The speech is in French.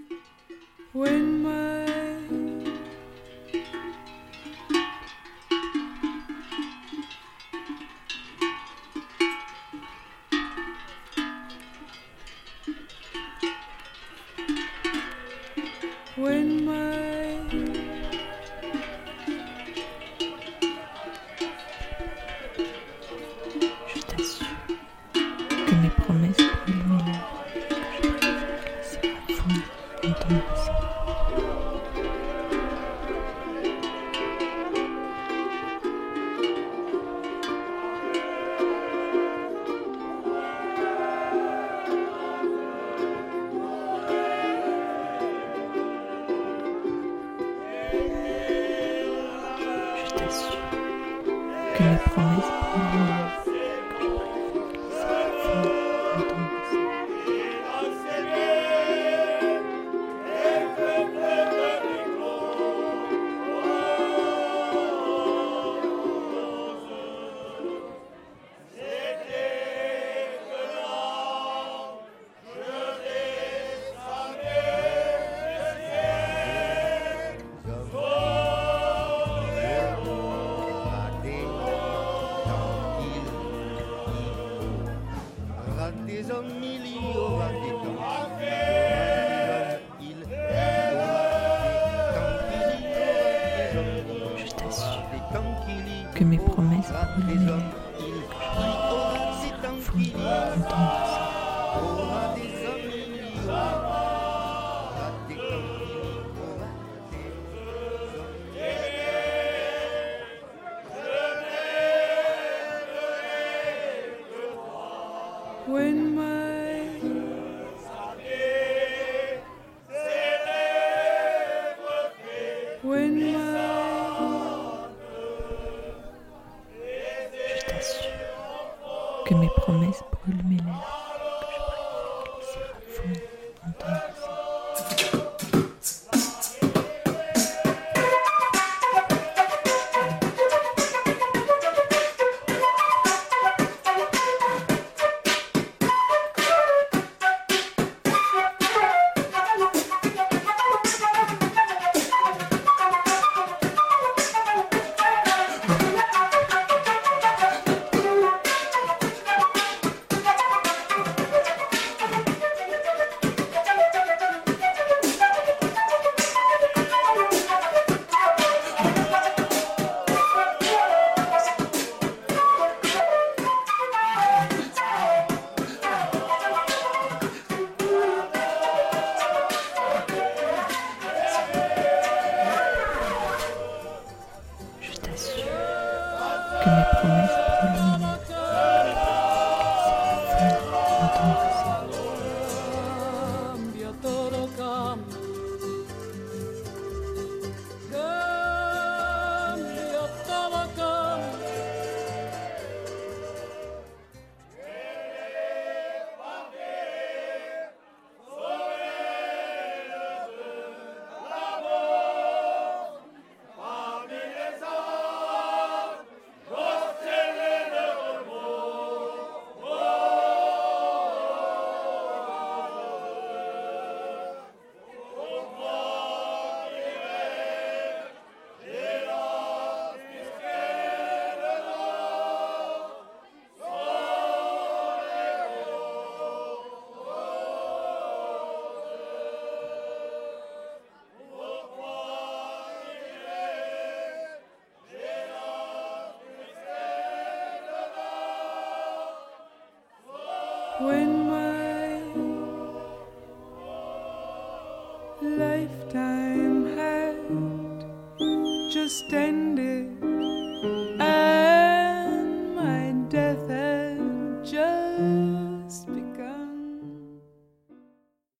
When my When my Je t'assure que mes promesses pour lui-même, que je préfère laisser à fond dans ton bassin. Je t'assure que mes promesses pour lui-même, que je préfère laisser à fond dans ton bassin. Des hommes millions, des Je t'assure que mes promesses pour lui-même, que je préfère laisser à fond dans ton bassin.